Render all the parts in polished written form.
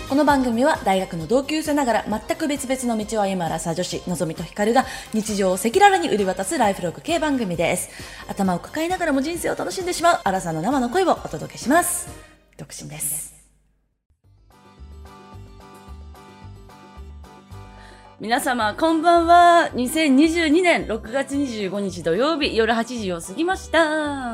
この番組は大学の同級生ながら全く別々の道を歩むアラサー女子のぞみとひかるが日常を赤裸々に売り渡すライフログ系番組です。頭を抱えながらも人生を楽しんでしまうアラサーの生の声をお届けします。独身です。皆様こんばんは。2022年6月25日土曜日夜8時を過ぎました。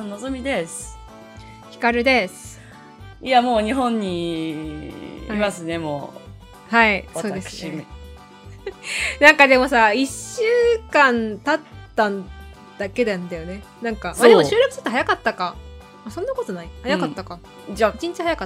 のぞみです。 ひかるです。 いやもう日本にいますね、もう。はい、そうですね。なんかでもさ、1週間経ったんだけなんだよね。なんか、でも収録ちょっと早かったか。そんなことない。早かったか。じゃあ、1日早かった。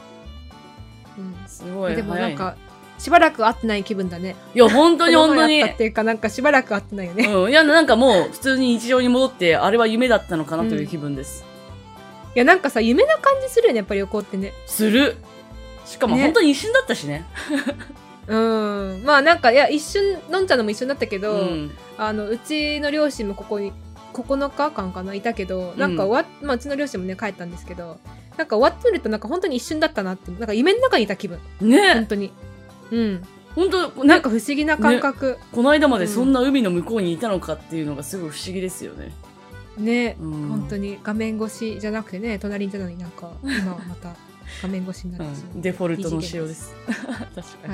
すごい。 でもなんか、しばらく会ってない気分だね。 いや、本当に本当に。 っていうか、なんかしばらく会ってないよね。 いや、なんかもう普通に日常に戻って、あれは夢だったのかなという気分です。 いや、なんかさ、夢な感じするよね、やっぱり旅行ってね。 する。しかも本当に一瞬だったしね。 まあなんか、いや、一瞬、のんちゃんのも一瞬だったけど、うちの両親もここに9日間かないたけど、なんかまあうちの両親もね、帰ったんですけど、なんか終わってみるとなんか本当に一瞬だったなって、なんか夢の中にいた気分。 ね。 本当に。 本当、ね、 なんか不思議な感覚、 ね。この間までそんな海の向こうにいたのかっていうのがすごい不思議ですよね。 ね、本当に画面越しじゃなくてね、隣にいたのになんか今はまた画面越しになってしまう、 デフォルトの仕様です。確かに。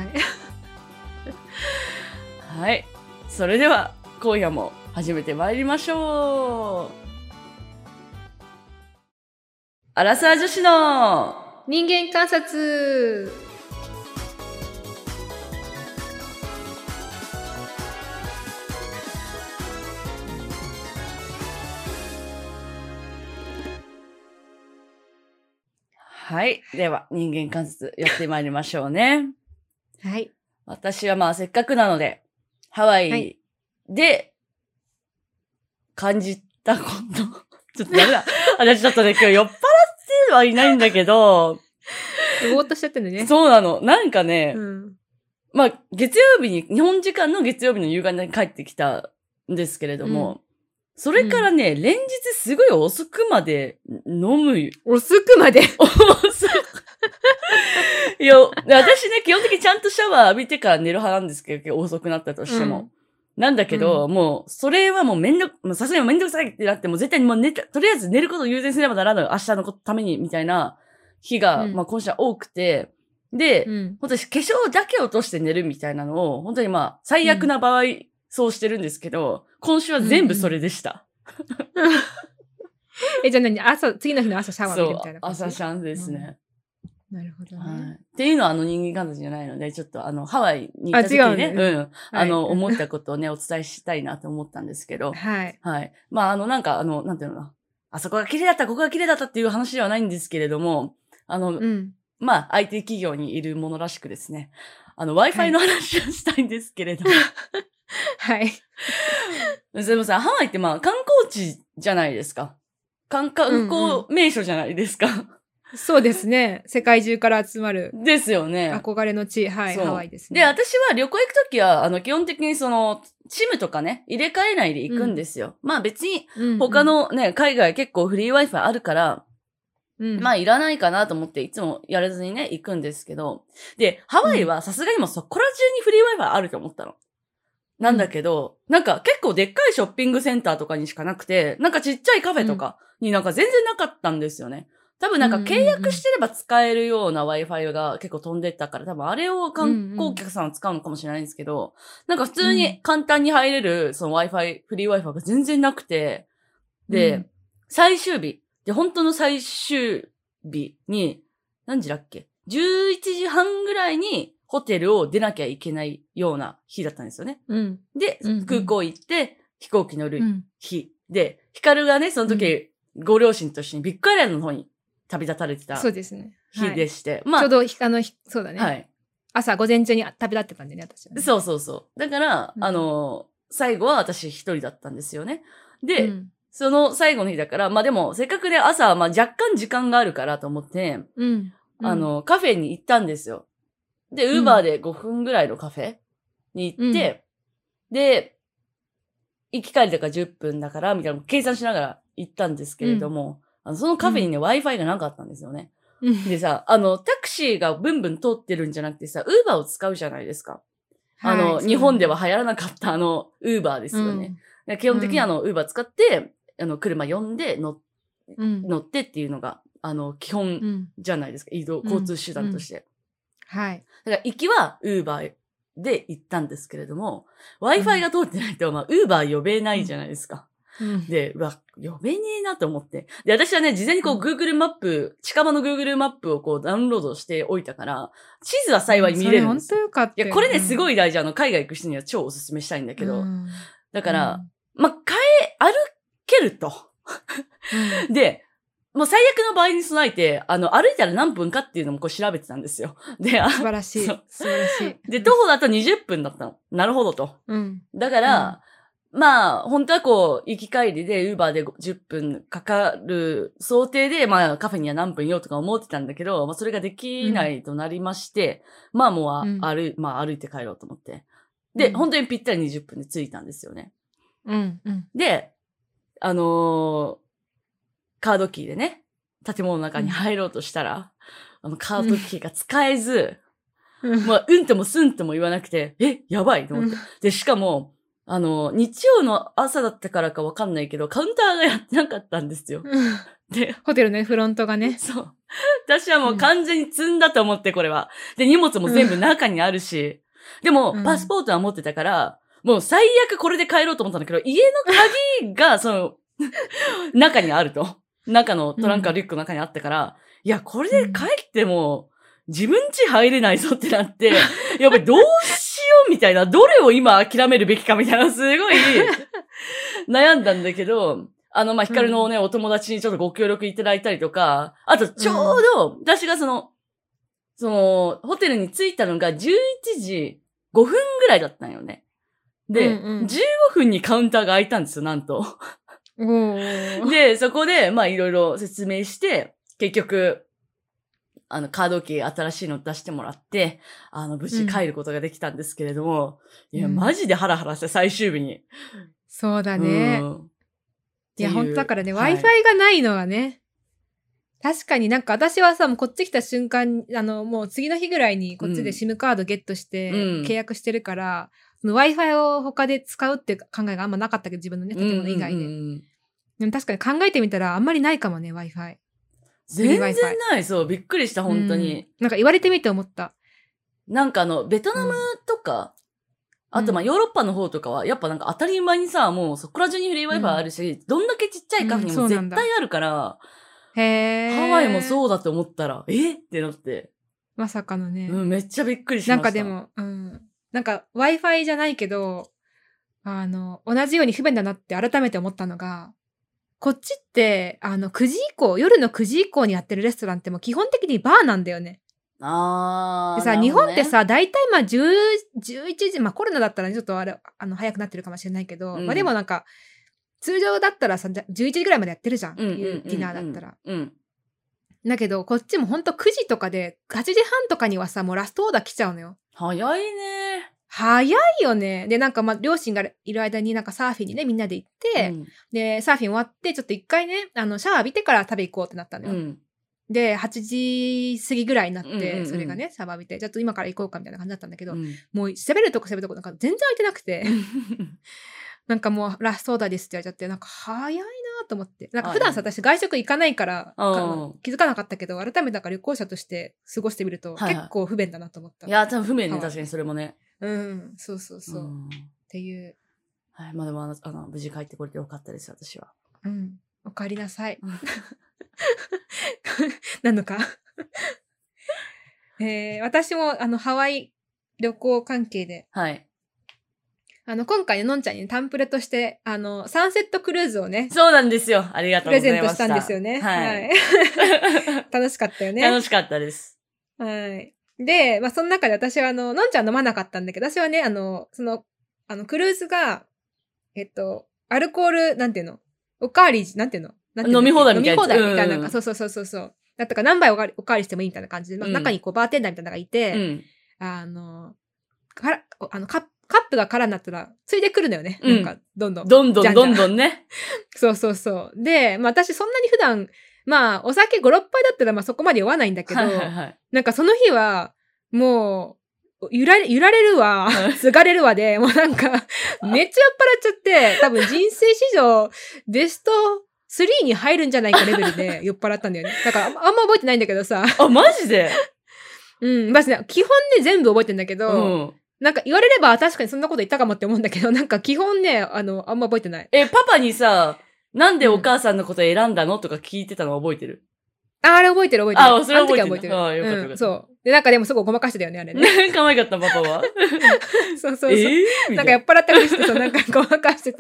はい。それでは今夜も始めてまいりましょう。アラサー女子の人間観察。 はい。では、人間観察やってまいりましょうね。 はい。 私はまあ、せっかくなので、ハワイで感じたこと、ちょっとダメだ。私ちょっとね、今日酔っ払ってはいないんだけど、 ぼーっとしちゃってんだね。 そうなの。なんかね、まあ、月曜日に、日本時間の月曜日の夕方に帰ってきたんですけれども、それからね、連日すごい遅くまで飲む。 遅くまでいや、私ね、基本的にちゃんとシャワー浴びてから寝る派なんですけど、遅くなったとしても。なんだけど、もう、それはもうさすがにめんどくさいってなって、もう絶対にもうとりあえず寝ることを優先すればならない、明日のために、みたいな日が、まあ今週は多くて、で、本当に化粧だけ落として寝るみたいなのを、本当にまあ、最悪な場合、そうしてるんですけど、今週は全部それでした。 じゃあ何次の日の朝シャワー浴びるみたいな感じ？ そう、朝シャンですね。 なるほどね。 っていうのは人間観察じゃないので、ちょっとハワイに行った時にね、思ったことをね、お伝えしたいなと思ったんですけど、はい。まあなんかなんていうのかな、あそこが綺麗だった、ここが綺麗だったっていう話ではないんですけれども、まあ IT 企業にいるものらしくですね、Wi-Fi の話をしたいんですけれども、 はい。 でもさ、ハワイってまあ観光地じゃないですか。観光名所じゃないですか。 そうですね。世界中から集まる。 ですよね。 憧れの地、はい、ハワイですね。 で、私は旅行行くときは、基本的にシムとかね、入れ替えないで行くんですよ。まあ別に、他のね、海外結構フリー Wi-Fi あるから、まあいらないかなと思っていつもやらずにね、行くんですけど、で、ハワイはさすがにもそこら中にフリー Wi-Fi あると思ったの。なんだけど、なんか結構でっかいショッピングセンターとかにしかなくて、なんかちっちゃいカフェとかになんか全然なかったんですよね。多分なんか契約してれば使えるような Wi-Fi が結構飛んでったから、多分あれを観光客さんは使うのかもしれないんですけど、なんか普通に簡単に入れるその Wi-Fi、フリー Wi-Fi が全然なくて、で、最終日、で、本当の最終日に、何時だっけ ?11 時半ぐらいにホテルを出なきゃいけないような日だったんですよね。で、空港行って飛行機乗る日。で、ヒカルがね、その時、ご両親と一緒にビッグアイランドの方に旅立たれてた日でして。 まあ、ちょうど、そうだね。 はい。 朝、午前中に旅立ってたんでね、私は、ね。 そう。だから、最後は私一人だったんですよね。で、その最後の日だから、まあでも、せっかくね、朝、まあ若干時間があるからと思って、カフェに行ったんですよ。で、ウーバーで5分ぐらいのカフェに行って、で、行き帰りだから10分だから、みたいな計算しながら行ったんですけれども、そのカフェにね、Wi-Fi がなかったんですよね。 でさ、タクシーがブンブン通ってるんじゃなくてさ、ウーバーを使うじゃないですか。日本では流行らなかったウーバーですよね。基本的にウーバー使って、車呼んで乗ってっていうのが、基本じゃないですか。交通手段として。 はい。 だから、行きはウーバーで行ったんですけれども、Wi-Fi が通ってないと、ウーバー呼べないじゃないですか。で、呼べねえなと思って。で、私はね、事前にGoogle マップ、近場の Google マップをダウンロードしておいたから、地図は幸い見れるんですよ。 本当よかった。 いや、これね、すごい大事。海外行く人には超おすすめしたいんだけど。だから、歩けると。で、もう最悪の場合に備えて、歩いたら何分かっていうのも調べてたんですよ。で、 素晴らしい。素晴らしい。 で、徒歩だと20分だったの。なるほどと。だから、本当は行き帰りで、ウーバーで10分かかる想定で、カフェには何分よとか思ってたんだけど、それができないとなりまして、もう歩いて帰ろうと思って。で、本当にぴったり20分で着いたんですよね。で、カードキーでね、建物の中に入ろうとしたら、カードキーが使えず、うんともすんとも言わなくて、やばいと思って。で、しかも、日曜の朝だったからかわかんないけど、カウンターがやってなかったんですよ。 で、ホテルね、フロントがね。 そう。私はもう完全に積んだと思って、これは。で、荷物も全部中にあるし。でも、パスポートは持ってたから、もう最悪これで帰ろうと思ったんだけど、家の鍵が、中にあると。中のトランクかリュックの中にあったから、いや、これで帰っても、自分家入れないぞってなって、やっぱりどうしようみたいな、どれを今諦めるべきかみたいな、すごい悩んだんだけど、ヒカルのね、お友達にちょっとご協力いただいたりとか、あとちょうど、私がホテルに着いたのが11時5分ぐらいだったんよね。で、15分にカウンターが開いたんですよ、なんと。で、そこで、いろいろ説明して、結局、カードキー新しいの出してもらって、無事帰ることができたんですけれども、いや、マジでハラハラして最終日に。 そうだね。いや、本当だからね、Wi-Fi がないのはね、確かになんか私はさ、もうこっち来た瞬間、もう次の日ぐらいにこっちで SIM カードゲットして契約してるから、Wi-Fi を他で使うって考えがあんまなかったけど、自分のね、建物以外で。でも確かに考えてみたらあんまりないかもね、Wi-Fi。 全然ない。そう、びっくりした、本当に。 なんか言われてみて思った。 なんかベトナムとか、あとヨーロッパの方とかは、やっぱなんか当たり前にさ、もうそこら中にフリー Wi-Fi あるし、どんだけちっちゃいカフェにも絶対あるから、ハワイもそうだって思ったら、ってなって。 まさかのね。 めっちゃびっくりしました。 なんかでも、なんか Wi-Fi じゃないけど、同じように不便だなって改めて思ったのが、こっちって、9時以降、夜の9時以降にやってるレストランってもう基本的にバーなんだよね。でさ、日本ってさ、大体11時、コロナだったらね、ちょっと早くなってるかもしれないけど、でもなんか、通常だったらさ、11時ぐらいまでやってるじゃん。ディナーだったら。だけど、こっちもほんと9時とかで、8時半とかにはさ、もうラストオーダー来ちゃうのよ。 早いね。 早いよね。で、なんか両親がいる間になんかサーフィンにね、みんなで行って、で、サーフィン終わって、ちょっと一回ね、シャワー浴びてから食べ行こうってなったのよ。で、8時過ぎぐらいになって、それがね、シャワー浴びて、ちょっと今から行こうかみたいな感じだったんだけど、もう喋るとこなんか全然空いてなくて、なんかもうラストオーダーですって言われちゃって、なんか早いなと思って。なんか普段さ、私外食行かないから気づかなかったけど、改めてなんか旅行者として過ごしてみると、結構不便だなと思った。 いや、多分不便ね、確かにそれもね。 そうそうそう。っていう。 はい、でも無事帰ってこれてよかったです、私は。 お帰りなさい。なのか。私もハワイ旅行関係で。 はい。 今回のんちゃんにタンプレとして、サンセットクルーズをね。 そうなんですよ。ありがとうございました。 プレゼントしたんですよね。はい。楽しかったよね。 楽しかったです。 はい。で、その中で私はのんちゃん飲まなかったんだけど、私はね、クルーズが、アルコール、なんていうのおかわり、なんていうの飲み放題みたいな。 飲み放題みたいな。そう。だったから何杯おかわりしてもいいみたいな感じで、中にバーテンダーみたいなのがいて、カップが空になったら、ついでくるのよね。なんか、どんどんね。そう。で、私そんなに普段、 まあ、お酒5、6杯だったらまあそこまで酔わないんだけど、なんかその日は、もう、揺られるわ、すがれるわで、もうなんか、めっちゃ酔っ払っちゃって、多分人生史上、ベスト3に入るんじゃないかレベルで酔っ払ったんだよね。だからあんま覚えてないんだけどさ。 あ、マジで？ まずね、基本ね、全部覚えてんだけど、なんか言われれば確かにそんなこと言ったかもって思うんだけど、なんか基本ね、あんま覚えてない。 パパにさ、なんでお母さんのこと選んだのとか聞いてたの覚えてる？ あれ覚えてる。 あ、それ覚えてる。 覚えてる。 あ、よかったよかった。 そう。で、なんかでもすごいごまかしてたよね、あれね。 可愛かった、パパは。 そう。なんか酔っ払ったりしてさ、なんかごまかしてた。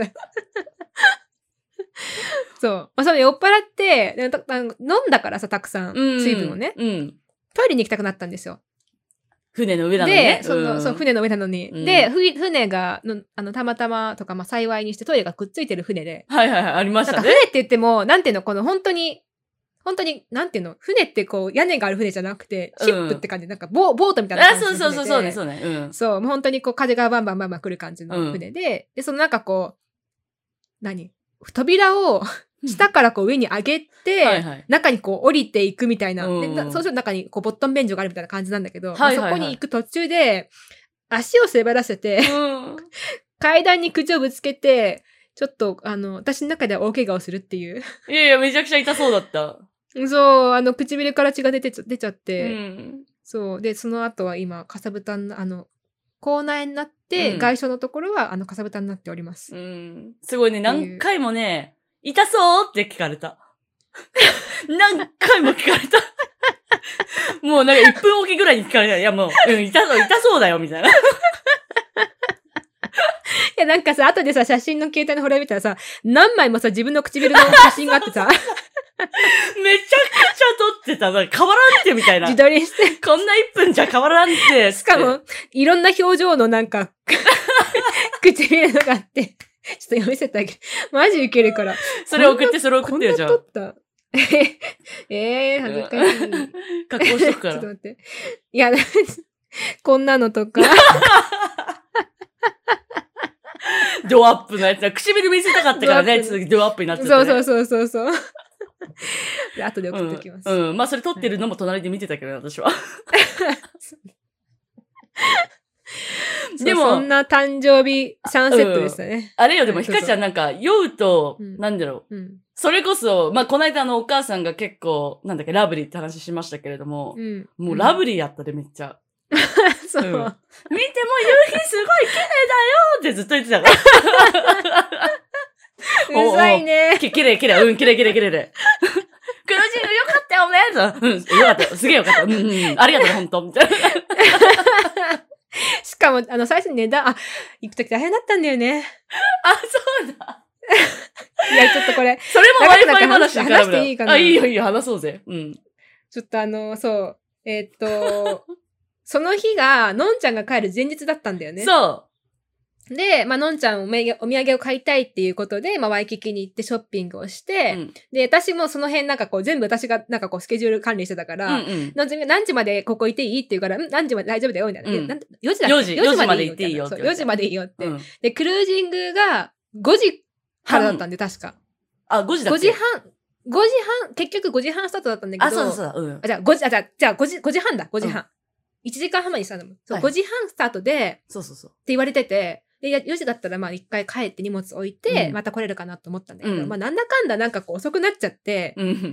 そう。まあ、それ酔っ払って、飲んだからさ、たくさん、水分をね。トイレに行きたくなったんですよ。 船の上なのにね。 そう、船の上なのに。で、船が、たまたまとか、まあ、幸いにしてトイレがくっついてる船で。 ありましたね。 なんか船って言っても、なんていうの、この本当に、なんていうの、船ってこう、屋根がある船じゃなくて、シップって感じで、なんかボートみたいな感じで。 そうね。 そう、もう本当にこう、風がバンバン来る感じの船で、で、そのなんかこう、扉を、下からこう上に上げて、中にこう降りていくみたいな。でそうすると中にこうボットン便所があるみたいな感じなんだけど、そこに行く途中で、足を滑らせて、階段に口をぶつけて、ちょっと、私の中では大怪我をするっていう。 いや、めちゃくちゃ痛そうだった。 そう、唇から血が出ちゃって、そう。で、その後は今、かさぶたの、口内になって、外傷のところは、かさぶたになっております。 すごいね、何回もね、痛そうって聞かれた。何回も聞かれた。もうなんか1分おきぐらいに聞かれた。いやもう、痛そうだよ、みたいな。いやなんかさ、後でさ、写真の携帯のほら見たらさ、何枚もさ、自分の唇の写真があってさ。 めちゃくちゃ撮ってた。変わらんってみたいな。 自撮りして。 こんな1分じゃ変わらんって。 しかも、いろんな表情のなんか、唇のがあって。ちょっと読みせてあげる。マジウケるから。 それ送ってよ、じゃあ。 こんな撮った。恥ずかしい。 加工しとくから。 ちょっと待って。いや、こんなのとか。 ドアップのやつだ。唇見せたかったからね、続きドアップになってた、ね。 そう。後で送っておきます。 まあ、それ撮ってるのも隣で見てたけどね、私は。 でも、そんな誕生日3セットでしたね。 あれよ、でも、ひかちゃんなんか、酔うと、なんだろう。それこそ、まあ、この間お母さんが結構、なんだっけ、ラブリーって話しましたけれども、もうラブリーやったで、めっちゃ。 そう。見ても夕日すごい綺麗だよってずっと言ってたから。 うざいね。 綺麗。綺麗で。クルージングよかったよね。よかったよ。すげえよかった。ありがとう、ほんと。みたいな。 しかも、最初に値段、行くとき大変だったんだよね。 あ、そうだ。 いや、ちょっとこれ。 それも Wi-Fi 話話していいかな。 あ、いいよ、話そうぜ。 ちょっとそう。その日が、のんちゃんが帰る前日だったんだよね。 そう。 で、まあ、のんちゃんお土産を買いたいっていうことで、まあ、ワイキキに行ってショッピングをして、で、私もその辺なんかこう、全部私がなんかこう、スケジュール管理してたから、何時までここいていいって言うから、何時まで大丈夫だよ、みたいな。4時だっけ 4時まで行っていいよって。 4時までいいよって。で、クルージングが5時からだったんで、確か。 あ、5時だっけ ?5 時半、結局5時半スタートだったんだけど。 そう。 じゃあ5時半だ、5時半。1時間半前にしたの。そう、5時半スタートで、 そう。 って言われてて、で、4時だったらまあ一回帰って荷物置いて、また来れるかなと思ったんだけど、まあなんだかんだなんかこう遅くなっちゃって、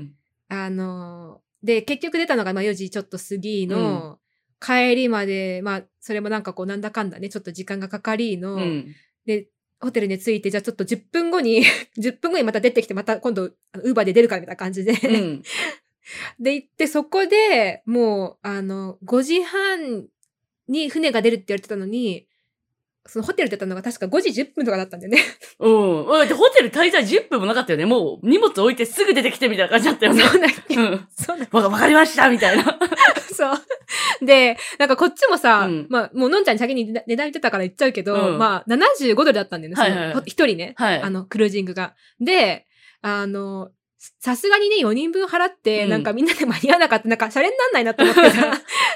で、結局出たのがまあ4時ちょっと過ぎの、帰りまで、まあそれもなんかこうなんだかんだね、ちょっと時間がかかりの、で、ホテルに着いて、じゃあちょっと10分後にまた出てきて、また今度、ウーバーで出るからみたいな感じで、で、行って、そこで、もう、5時半に船が出るって言われてたのに、そのホテルって言ったのが確か5時10分とかだったんだよね。 ホテル滞在10分もなかったよね。もう荷物置いてすぐ出てきてみたいな感じだったよね。 そうだっけ。そうだっけ。 わかりましたみたいな。 そう。で、なんかこっちもさ、まあ、もうのんちゃんに先に値段言ってたから言っちゃうけど、まあ、75ドルだったんだよね。その一人ね。クルージングが。で、さすがにね、4人分払って、なんかみんなで間に合わなかった、なんかシャレになんないなと思ってさ、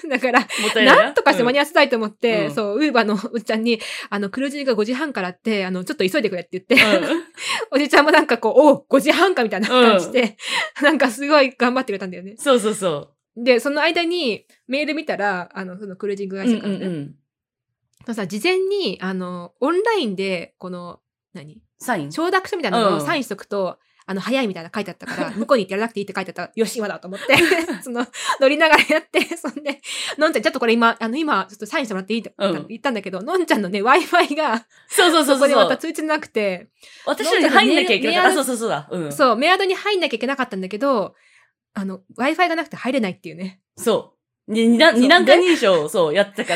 だから、なんとかして間に合わせたいと思って、そう、ウーバーのおじちゃんに、クルージングが5時半からあって、ちょっと急いでくれって言って、おじちゃんもなんかこう、お5時半かみたいな感じで、なんかすごい頑張ってくれたんだよね。 そうそうそう。 で、その間にメール見たら、そのクルージング会社からね。さ、事前に、オンラインで、この、 サイン承諾書みたいなのをサインしとくと、早いみたいな書いてあったから、向こうに行ってやらなくていいって書いてあったら、よし、今だと思って、乗りながらやって、そんで、のんちゃん、ちょっとこれ今、ちょっとサインしてもらっていいって言ったんだけど、のんちゃんのね、Wi-Fi が、 そう。 そこでまた通知なくて、 私に入んなきゃいけなかった。そうだ。 そう、メアドに入んなきゃいけなかったんだけど、Wi-Fi がなくて入れないっていうね。 そう。二段階認証をそうやってたから、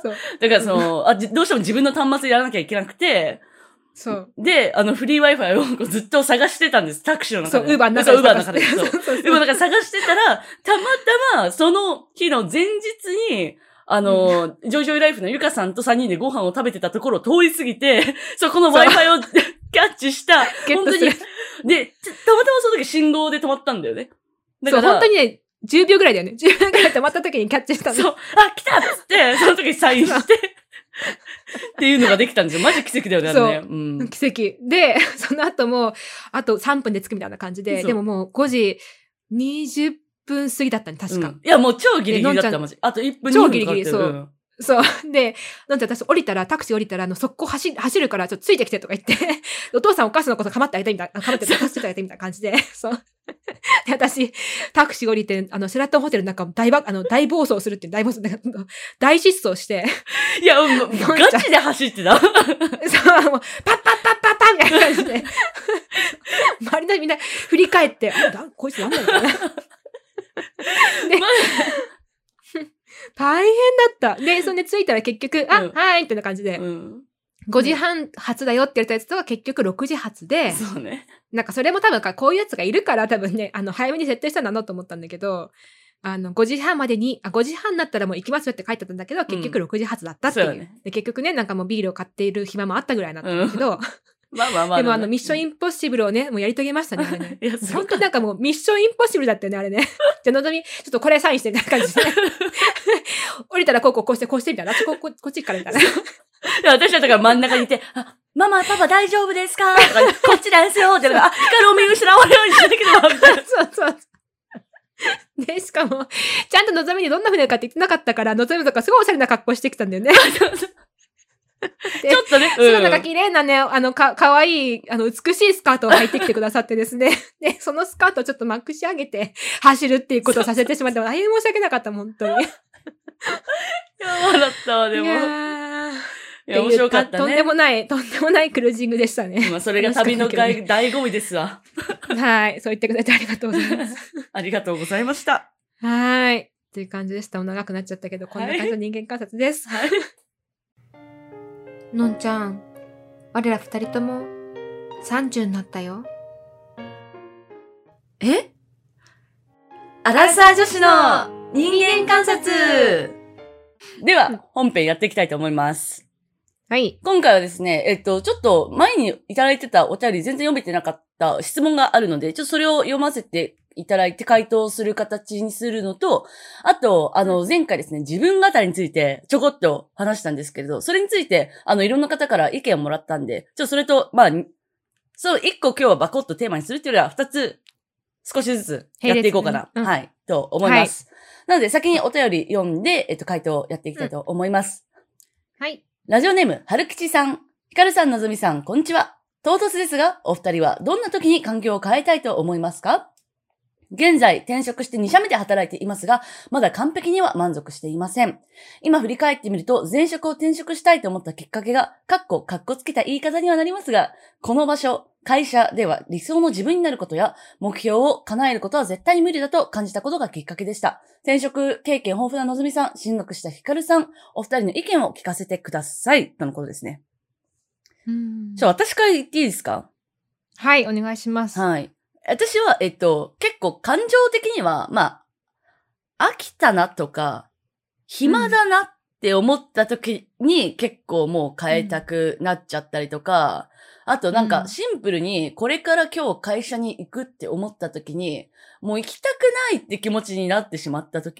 だからどうしても自分の端末やらなきゃいけなくて、 そう。 で、フリー Wi-Fi をずっと探してたんです。タクシーの中で。 そう、ウーバーの中で。 ウーバーの中で。そう。ウーバーの中で探してたら、たまたま、その日の前日に、ジョイジョイライフのゆかさんと3人でご飯を食べてたところを通り過ぎて、そこの Wi-Fi をキャッチした。本当に。で、たまたまその時信号で止まったんだよね。 だから、そう、本当にね、10秒ぐらいだよね。10秒ぐらい止まった時にキャッチしたの。 そう。あ、来たっつって、その時にサインして。っていうのができたんですよ。マジ奇跡だよね、あれね。奇跡。で、その後も、あと3分で着くみたいな感じで、でももう5時20分過ぎだったね、確か。 いや、もう超ギリギリだった、マジ。あと1分、2分超ギリギリ、そう。そう。で、なんて私タクシー降りたら、速攻走るから、ちょっとついてきてとか言って、お父さんお母さんのこと構ってあげたいみたいな、構ってあげてみたいな感じで、そう。で、私、タクシー降りて、セラトンホテルなんか大暴走するっていう、大失踪して。 いや、ガチで走ってた。そう、 もう、パッパッパッパッパみたいな感じで。周りのみんな振り返って、こいつなんだみたいな。で、大変だった。で、そんで着いたら結局、はい、ってな感じで。5時半発だよって言われたやつとは結局6時発で。 そうね。 なんかそれも多分こういうやつがいるから多分ね、早めに設定したんだなと思ったんだけど、5時半までに、5時半になったらもう行きますよって書いてあったんだけど、結局6時発だったっていう。ね、で結局ね、なんかもうビールを買っている暇もあったぐらいだったんだけど、 まあ。 でもミッションインポッシブルをね、もうやり遂げましたね、あれね。本当になんかもうミッションインポッシブルだったよね、あれね。じゃあ、のぞみ、ちょっとこれサインしてみたいな感じで。降りたらこうしてみたいな。こっちからみたいな。 私はだから真ん中にいて、ママ、パパ大丈夫ですかとか、こっちですよって、光を見失われようにしなきゃみたいな。 そう。で、しかも、ちゃんとのぞみにどんな船かって言ってなかったから、のぞみとかすごいおしゃれな格好してきたんだよね。 ちょっとね。 なんか綺麗なね、かわいい、美しいスカートを履いてきてくださってですね。で、そのスカートをちょっとまくし上げて走るっていうことをさせてしまって、大変申し訳なかった、本当に。 いや、笑ったわ、でも。いや、面白かったね。 とんでもないクルージングでしたね。 まあ、それが旅の醍醐味ですわ。 はい。そう言ってくれてありがとうございます。 ありがとうございました。 はい。っていう感じでした。長くなっちゃったけど、こんな感じの人間観察です。はい。のんちゃん、我ら二人とも30になったよ。 え？アラサー女子の人間観察では、本編やっていきたいと思います。 はい。 今回はですね、ちょっと前にいただいてたお便り全然読めてなかった質問があるので、ちょっとそれを読ませていただいて回答する形にするのと、あと、前回ですね、自分語りについてちょこっと話したんですけれど、それについて、いろんな方から意見をもらったんで、それと、そう、一個今日はバコッとテーマにするっていうよりは、二つ、少しずつやっていこうかな。はい、と思います。はい、なので、先にお便り読んで、回答をやっていきたいと思います。 はい。 ラジオネーム、はるきちさん、ひかるさん、のぞみさん、こんにちは。唐突ですが、お二人はどんな時に環境を変えたいと思いますか？現在、転職して2社目で働いていますが、まだ完璧には満足していません。今振り返ってみると、前職を転職したいと思ったきっかけが、かっこつけた言い方にはなりますが、この場所、会社では理想の自分になることや、目標を叶えることは絶対に無理だと感じたことがきっかけでした。転職経験豊富なのぞみさん、進学したひかるさん、お二人の意見を聞かせてください。とのことですね。私から言っていいですか？ はい、お願いします。 はい。私は、結構感情的には、飽きたなとか、暇だなって思った時に結構もう変えたくなっちゃったりとか、あとなんかシンプルにこれから今日会社に行くって思った時に、もう行きたくないって気持ちになってしまった時、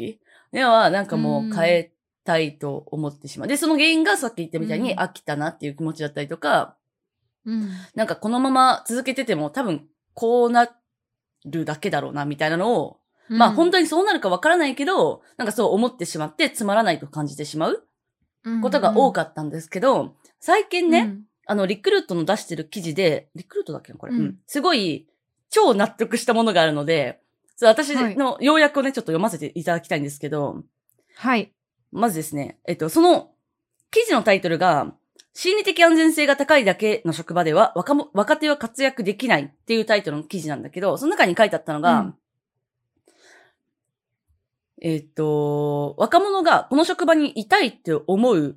では、なんかもう変えたいと思ってしまう。で、その原因がさっき言ったみたいに飽きたなっていう気持ちだったりとか、なんかこのまま続けてても多分こうなるだけだろうなみたいなのを、まあ本当にそうなるかわからないけど、なんかそう思ってしまってつまらないと感じてしまうことが多かったんですけど、最近ね、リクルートの出してる記事で、リクルートだっけなこれ、すごい超納得したものがあるので、私の要約をね、ちょっと読ませていただきたいんですけど、 はい。 まずですね、その記事のタイトルが、心理的安全性が高いだけの職場では若手は活躍できないっていうタイトルの記事なんだけど、その中に書いてあったのが、若者がこの職場にいたいって思う、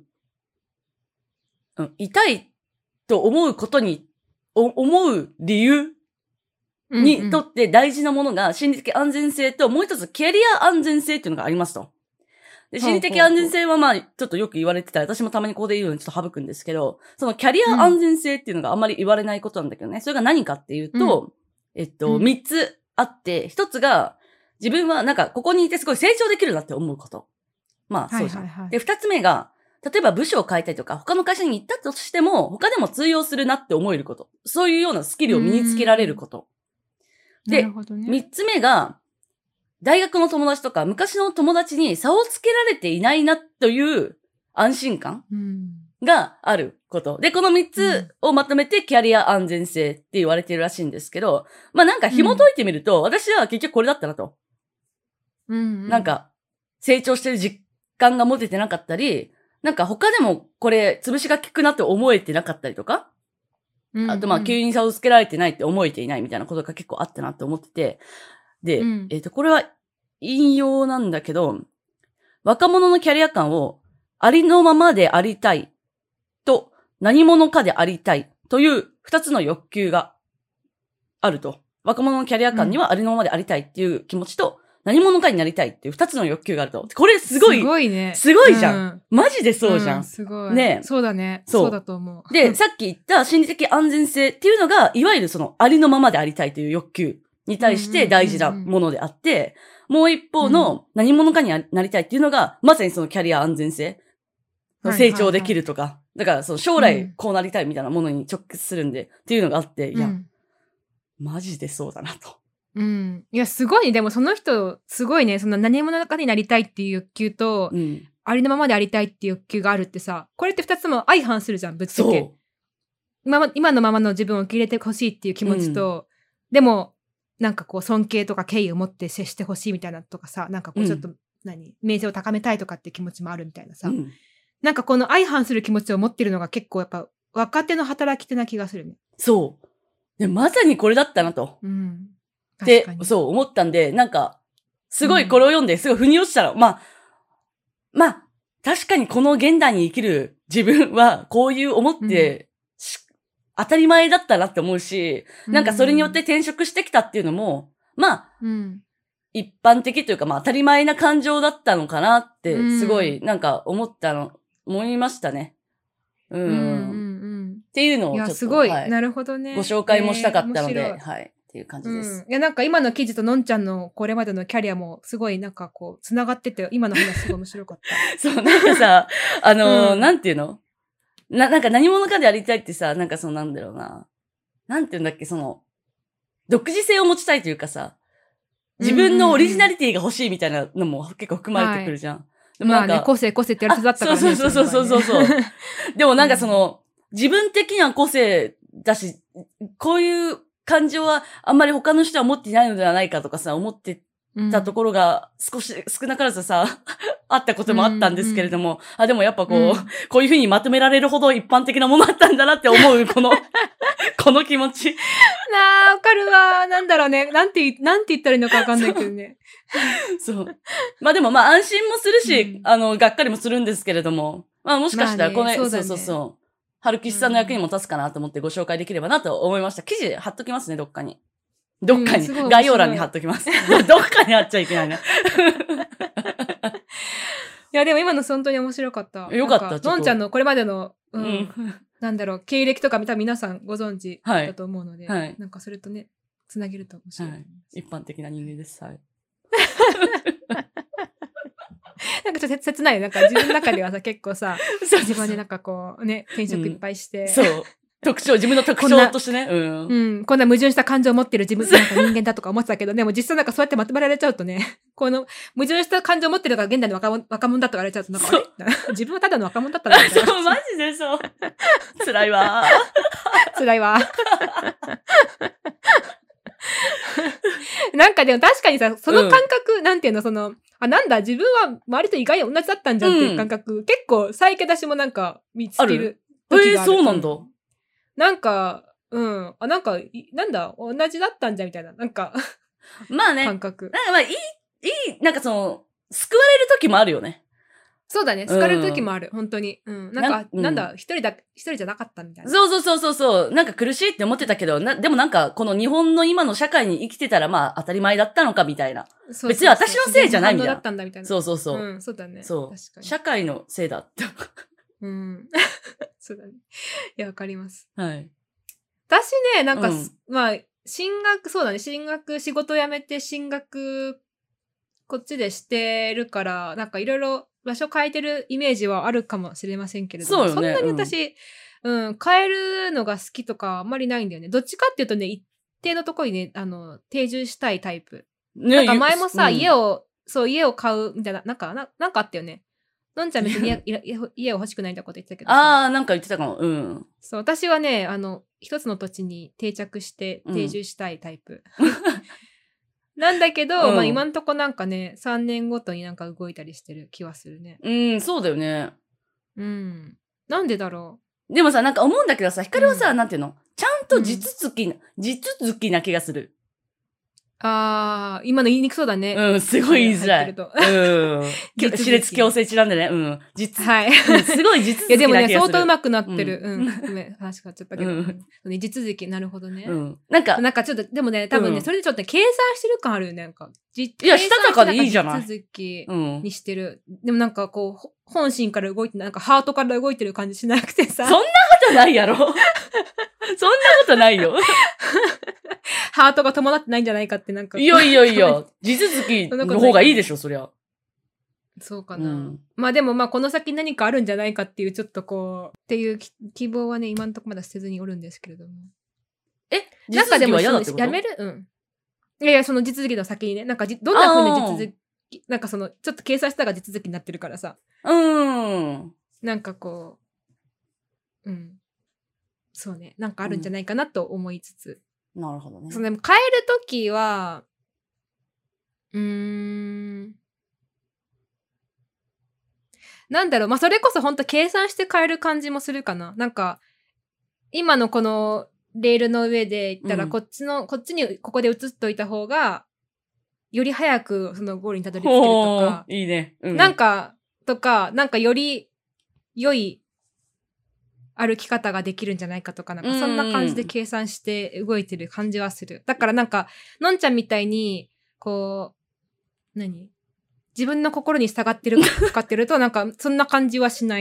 いたいと思うことに、思う理由にとって大事なものが心理的安全性と、もう一つキャリア安全性っていうのがありますと。で心理的安全性はまあ、ちょっとよく言われてたり、私もたまにここで言うのにちょっと省くんですけど、そのキャリア安全性っていうのがあんまり言われないことなんだけどね。それが何かっていうと、3つあって、1つが、自分はなんかここにいてすごい成長できるなって思うこと。まあ、そうじゃん。で、2つ目が、例えば部署を変えたりとか、他の会社に行ったとしても、他でも通用するなって思えること。そういうようなスキルを身につけられること。で、3つ目が、大学の友達とか昔の友達に差をつけられていないなという安心感があること。で、この3つをまとめてキャリア安全性って言われているらしいんですけど、まあなんか紐解いてみると、私は結局これだったなと。なんか成長してる実感が持ててなかったり、なんか他でもこれ潰しが効くなって思えてなかったりとか、あとまあ急に差をつけられてないって思えていないみたいなことが結構あったなって思ってて、で、これは引用なんだけど、若者のキャリア感をありのままでありたいと何者かでありたいという二つの欲求があると。若者のキャリア感にはありのままでありたいっていう気持ちと、何者かになりたいっていう二つの欲求があると。これすごい。 すごいね。 すごいじゃん。マジでそうじゃん。 すごい。 ね。 そうだね。そうだと思う。 で、さっき言った心理的安全性っていうのが、いわゆるそのありのままでありたいという欲求に対して大事なものであって、もう一方の何者かになりたいっていうのが、まさにそのキャリア安全性。成長できるとか。だからその将来こうなりたいみたいなものに直結するんで、っていうのがあって、いや、マジでそうだなと。 いや、すごい。でもその人、すごいね。その何者かになりたいっていう欲求と、ありのままでありたいっていう欲求があるってさ、これって二つも相反するじゃん、ぶっちゃけ。今のままの自分を受け入れてほしいっていう気持ちと、でも、なんかこう尊敬とか敬意を持って接してほしいみたいなとかさ、なんかこうちょっと、名声を高めたいとかっていう気持ちもあるみたいなさ、なんかこの相反する気持ちを持ってるのが結構やっぱ若手の働き手な気がするね。 そう。で、まさにこれだったなと。で、そう思ったんで、なんか、すごいこれを読んで、すごい腑に落ちたら、まあ、確かにこの現代に生きる自分はこういう思って、当たり前だったなって思うし、なんかそれによって転職してきたっていうのも、まあ、一般的というか、まあ当たり前な感情だったのかなって、すごいなんか思いましたね。っていうのをちょっと、 いや、すごい。なるほどね。 ご紹介もしたかったので、はい。っていう感じです。 いや、なんか今の記事とのんちゃんのこれまでのキャリアもすごいなんかこう、繋がってて、今の話すごい面白かった。 そう、なんかさ、なんていうのなんか何者かでありたいってさ、なんかそのなんだろうな。なんていうんだっけ、その、独自性を持ちたいというかさ、自分のオリジナリティが欲しいみたいなのも結構含まれてくるじゃん。でもなんか、 個性ってやる人だったからね。 そう。でもなんかその、自分的には個性だし、こういう感情はあんまり他の人は持っていないのではないかとかさ、思ってたところが少なからずさ、あったこともあったんですけれども、でもやっぱこういう風にまとめられるほど一般的なものだったんだなって思う、この気持ち。 わかるわ。なんだろうね。なんて言ったらいいのかわかんないけどね。 そう。まあでもまあ安心もするし、がっかりもするんですけれども、まあもしかしたらそう。春吉さんの役にも立つかなと思ってご紹介できればなと思いました。記事貼っときますね、どっかに。概要欄に貼っときます。どっかに貼っちゃいけないね。 いや、でも今の本当に面白かった。 よかった。 のんちゃんのこれまでの、なんだろう、経歴とか多分皆さんご存知だと思うので、なんかそれとね、つなげると面白い。 一般的な人間です。はい。 なんかちょっと切ないよ。なんか自分の中ではさ、結構さ、自分でなんかこう、ね、転職いっぱいして。 そう。自分の特徴としてね。 こんな矛盾した感情を持ってる自分なんか人間だとか思ってたけど、でも実際なんかそうやってまとめられちゃうとね、この矛盾した感情を持ってるから現代の若者だとか言われちゃうと、なんかあれ自分はただの若者だったらそう、マジでそう。辛いわ。 辛いわ。なんかでも確かにさ、その感覚、なんていうの、なんだ、自分は周りと意外に同じだったんじゃんっていう感覚、結構、再起出しもなんか見つける時がある。 そうなんだ。 なんか、なんか、なんだ、同じだったんじゃんみたいな、なんか、 まあね。 感覚。 なんかまあ、なんか救われる時もあるよね。 そうだね。救われる時もある。本当に。なんだ、一人じゃなかったみたいな。 そう。なんか苦しいって思ってたけど、でもなんか、この日本の今の社会に生きてたら、まあ、当たり前だったのかみたいな。別に私のせいじゃないみたいな。そう。 そうだね。 そう。確かに。社会のせいだって。 そうだね。いや、わかります。 はい。 私ね、なんか、まあ、そうだね。仕事辞めて進学、こっちでしてるから、なんかいろいろ場所変えてるイメージはあるかもしれませんけれども、そんなに私、変えるのが好きとかあんまりないんだよね。どっちかっていうとね、一定のところにね、定住したいタイプ。なんか前もさ、家を買うみたいな、なんかあったよね。のんちゃん別に家を欲しくないみたいなこと言ってたけど。 なんか言ってたかも。 そう、私はね、一つの土地に定着して定住したいタイプ。なんだけど、まあ今んとこなんかね、3年ごとになんか動いたりしてる気はするね。 そうだよね。 なんでだろう。でもさ、なんか思うんだけどさ、ヒカルはさ、なんていうの？ちゃんと地続きな気がする。 今の言いにくそうだね。 すごい言いづらい。私立強制地なんでね。 はい。 すごい地続きな気がする。 いやでもね、相当上手くなってる。ごめん、話変わっちゃったけど。地続き、なるほどね。なんかちょっと、でもね、多分ね、それでちょっと計算してる感あるよね、なんか。 いや、したたかでいいじゃない。 地続きにしてる。でもなんかこう、本心から動いて、なんかハートから動いてる感じしなくてさ。 そんなことないやろ。そんなことないよ。 ハートが伴ってないんじゃないかってなんか。 いや、地続きの方がいいでしょ、そりゃ。 そうかな。まあでもまあこの先何かあるんじゃないかっていうちょっとこう、っていう希望はね、今んとこまだ捨てずにおるんですけれども。 地続きは嫌だってこと？ やめる？いや、その地続きの先にね、なんかどんな風に地続き、なんかちょっと計算したが地続きになってるからさ。なんかこう、そうね、なんかあるんじゃないかなと思いつつ。 なるほどね。 変えるときは、なんだろう、まあ、それこそ本当計算して変える感じもするかな。なんか、今のこのレールの上で言ったら、こっちにここで移っといた方が、より早くそのゴールにたどり着けるとか。 いいね。 なんかより良い歩き方ができるんじゃないかとか、なんかそんな感じで計算して動いてる感じはする。だからなんか、のんちゃんみたいに、こう、自分の心に従ってるかってると、なんか、そんな感じはしない。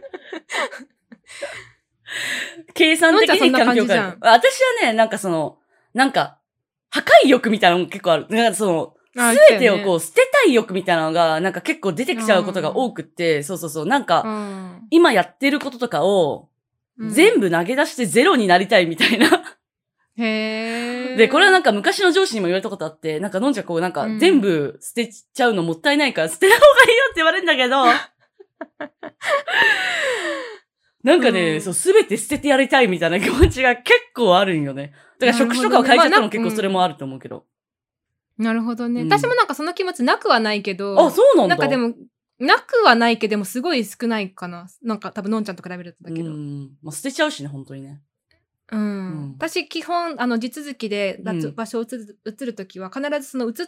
計算的に環境がある。私はね、なんか破壊欲みたいなのも結構ある。なんかすべてをこう捨てたい欲みたいなのが、なんか結構出てきちゃうことが多くって、なんか、今やってることとかを、全部投げ出してゼロになりたいみたいな。で、これはなんか昔の上司にも言われたことあって、なんかのんちゃんこうなんか全部捨てちゃうのもったいないから捨てた方がいいよって言われるんだけど、なんかね、すべて捨ててやりたいみたいな気持ちが結構あるんよね。だから職種とかを変えちゃったのも結構それもあると思うけど。 なるほどね。私もなんかその気持ちなくはないけど。 あ、そうなんだ。 なんかでも、なくはないけど、でもすごい少ないかな。なんか多分のんちゃんと比べるとだけど。 まあ、捨てちゃうしね、本当にね。 私基本、地続きで場所を移るときは必ずその移った、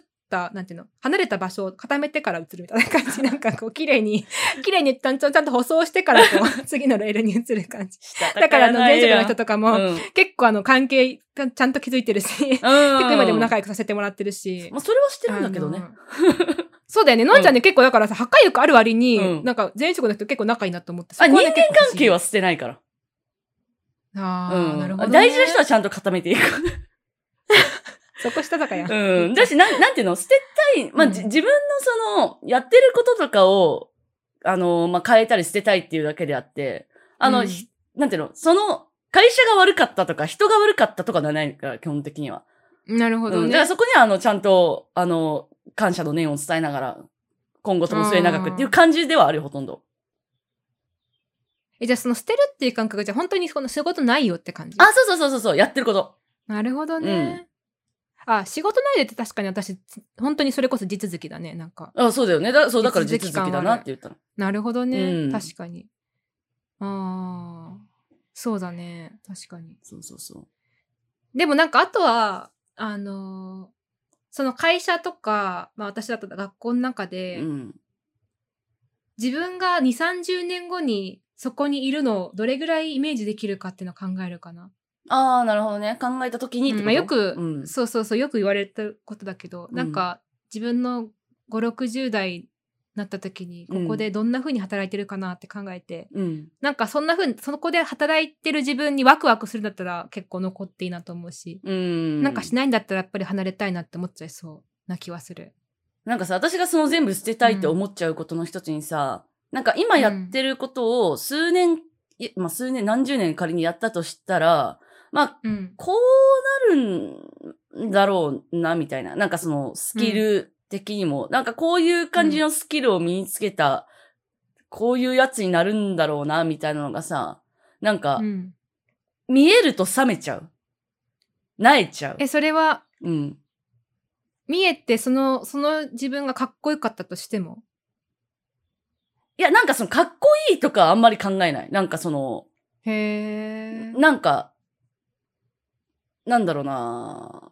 なんていうの、離れた場所を固めてから移るみたいな感じ。なんかこう、綺麗にちゃんと舗装してからこう、次のレールに移る感じ。だから前職の人とかも、結構関係ちゃんと築いてるし、結構今でも仲良くさせてもらってるし。 まあ、それはしてるんだけどね。 そうだよね。のんちゃんね、結構だからさ、破壊力ある割に、なんか前職の人結構仲いいなと思って。 人間関係は捨てないから。 なるほど、ね。 大事な人はちゃんと固めていく。 そこしたたかや。 うん。だし、なんていうの、捨てたい、まあ、自分のやってることとかを、まあ、変えたり捨てたいっていうだけであって、なんていうの、会社が悪かったとか、人が悪かったとかではないから、基本的には。 なるほどね。 だからそこには、ちゃんと、感謝の念を伝えながら、今後とも末永くっていう感じではあるよ、ほとんど。 じゃあその捨てるっていう感覚じゃ本当にこの仕事ないよって感じ？ そう、やってること。 なるほどね。仕事ないでって確かに私、本当にそれこそ地続きだね、なんか。 そうだよね。だから地続きだなって言ったの。 なるほどね。確かに。そうだね。確かに。 そう。 でもなんかあとは、その会社とか、まあ私だったら学校の中で、自分が2、30年後にそこにいるのをどれぐらいイメージできるかっていうのを考えるかな。 なるほどね。考えた時にってこと、 よく、そう、よく言われたことだけど、なんか自分の5、60代になった時に、ここでどんな風に働いてるかなって考えて、なんかそんな風に、そこで働いてる自分にワクワクするんだったら結構残っていいなと思うし、なんかしないんだったらやっぱり離れたいなって思っちゃいそうな気はする。 なんかさ、私が全部捨てたいって思っちゃうことの一つにさ、なんか今やってることを数年、何十年仮にやったとしたら、まあ、こうなるんだろうな、みたいな。なんかスキル的にも、なんかこういう感じのスキルを身につけた、こういうやつになるんだろうな、みたいなのがさ、なんか、見えると冷めちゃう。萎えちゃう。 それは、見えて、その自分がかっこよかったとしても？ いや、なんかかっこいいとかあんまり考えない。なんかなんか、なんだろうな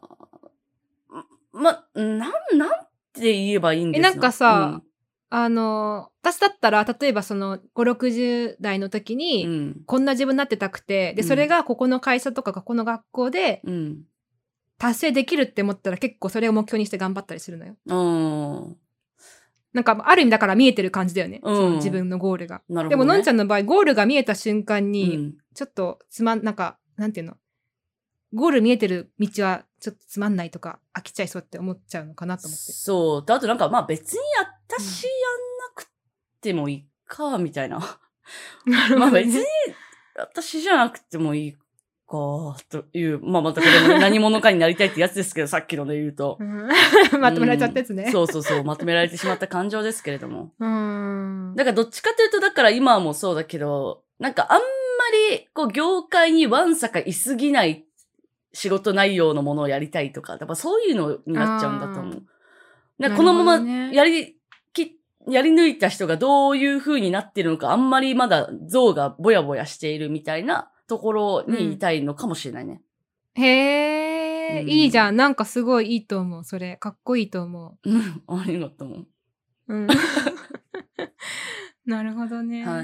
なんて言えばいいんですか？ なんかさ、私だったら、例えば5、60代の時に、こんな自分になってたくて、で、それがここの会社とかここの学校で、達成できるって思ったら結構それを目標にして頑張ったりするのよ。なんか、ある意味だから見えてる感じだよね。その自分のゴールが。なるほどね。でも、のんちゃんの場合、ゴールが見えた瞬間に、ちょっとなんか、なんていうの？ゴール見えてる道はちょっとつまんないとか飽きちゃいそうって思っちゃうのかなと思って。 そう。あとなんかまあ別に私やんなくてもいいか、みたいな。まあ別に私じゃなくてもいいか、という、まあまたこれも何者かになりたいってやつですけど、さっきので言うと。 まとめられちゃったやつね。 そう、まとめられてしまった感情ですけれども。だからどっちかというと、だから今もそうだけど、なんかあんまり業界にわんさかいすぎない仕事内容のものをやりたいとか、やっぱそういうのになっちゃうんだと思う。このままやり抜いた人がどういう風になってるのか、あんまりまだ像がぼやぼやしているみたいなところにいたいのかもしれないね。 へー、いいじゃん。なんかすごいいいと思う。それ、かっこいいと思う。ありがとう。 なるほどね。 はい。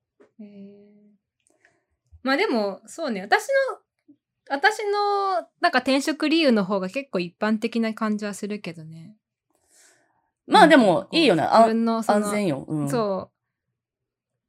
まあでも、そうね。私のなんか転職理由の方が結構一般的な感じはするけどね。 まあでも、いいよね。 自分の安全よ。 そう。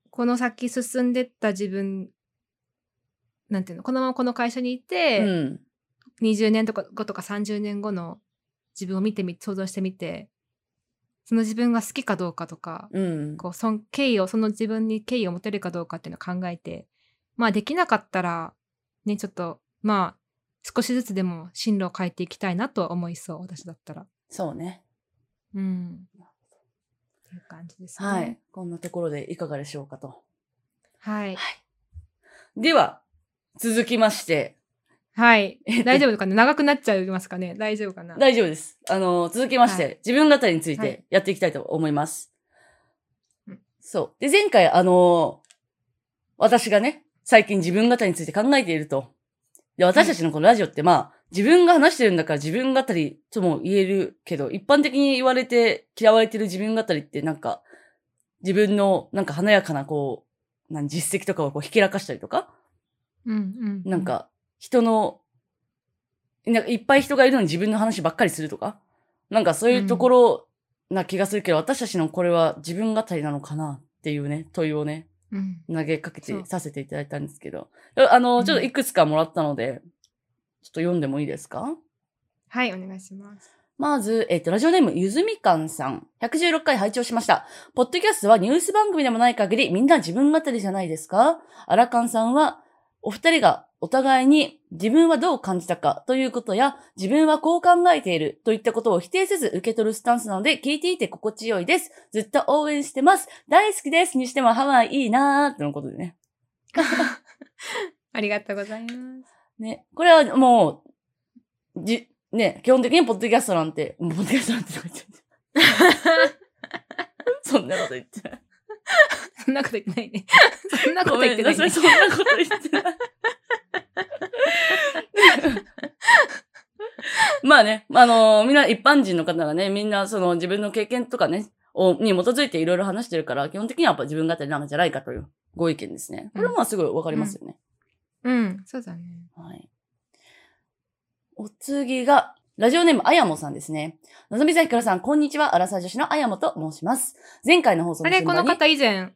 この先進んでった自分、なんていうの、このままこの会社にいて、20年とか後とか30年後の自分を想像してみて、その自分が好きかどうかとか、その自分に敬意を持てるかどうかっていうのを考えて、まあできなかったら、ね、ちょっと、まあ、少しずつでも進路を変えていきたいなとは思いそう、私だったら。 そうね。 っていう感じですね。 はい。こんなところでいかがでしょうかと。 はい。 では、続きまして。 はい。大丈夫かな？長くなっちゃいますかね？大丈夫かな？ 大丈夫です。続きまして、自分語りについてやっていきたいと思います。そう。で、前回、私がね、最近自分語りについて考えていると。で、私たちのこのラジオって、まあ、自分が話してるんだから自分語りとも言えるけど、一般的に言われて嫌われてる自分語りってなんか、自分のなんか華やかな実績とかをひけらかしたりとか、なんか、なんかいっぱい人がいるのに自分の話ばっかりするとか、なんかそういうところな気がするけど、私たちのこれは自分語りなのかなっていうね、問いをね、投げかけてさせていただいたんですけど、ちょっといくつかもらったので、ちょっと読んでもいいですか？ はい、お願いします。 まず、ラジオネーム、ゆずみかんさん。116回拝聴しました。ポッドキャストはニュース番組でもない限り、みんな自分語りじゃないですか？アラカンさんは、お二人がお互いに自分はどう感じたかということや、自分はこう考えているといったことを否定せず受け取るスタンスなので、聞いていて心地よいです。ずっと応援してます。大好きです。にしてもハワイいいなーとのことでね。 ありがとうございます。 ね、これはもう、ね、基本的にポッドキャストなんて、ポッドキャストなんてとか言ってそんなこと言ってない。 そんなこと言ってないね。そんなこと言ってない、ね。 そんなこと言ってない。まあね、みんな一般人の方がね、みんなその自分の経験とかね、に基づいていろいろ話してるから、基本的にはやっぱ自分語りなんじゃないかというご意見ですね。これもまあすごいわかりますよね。 そうだね。 はい。お次が、ラジオネームあやもさんですね。のぞみさんひかるさん、こんにちは。アラサー女子のあやもと申します。前回の放送のこの方以前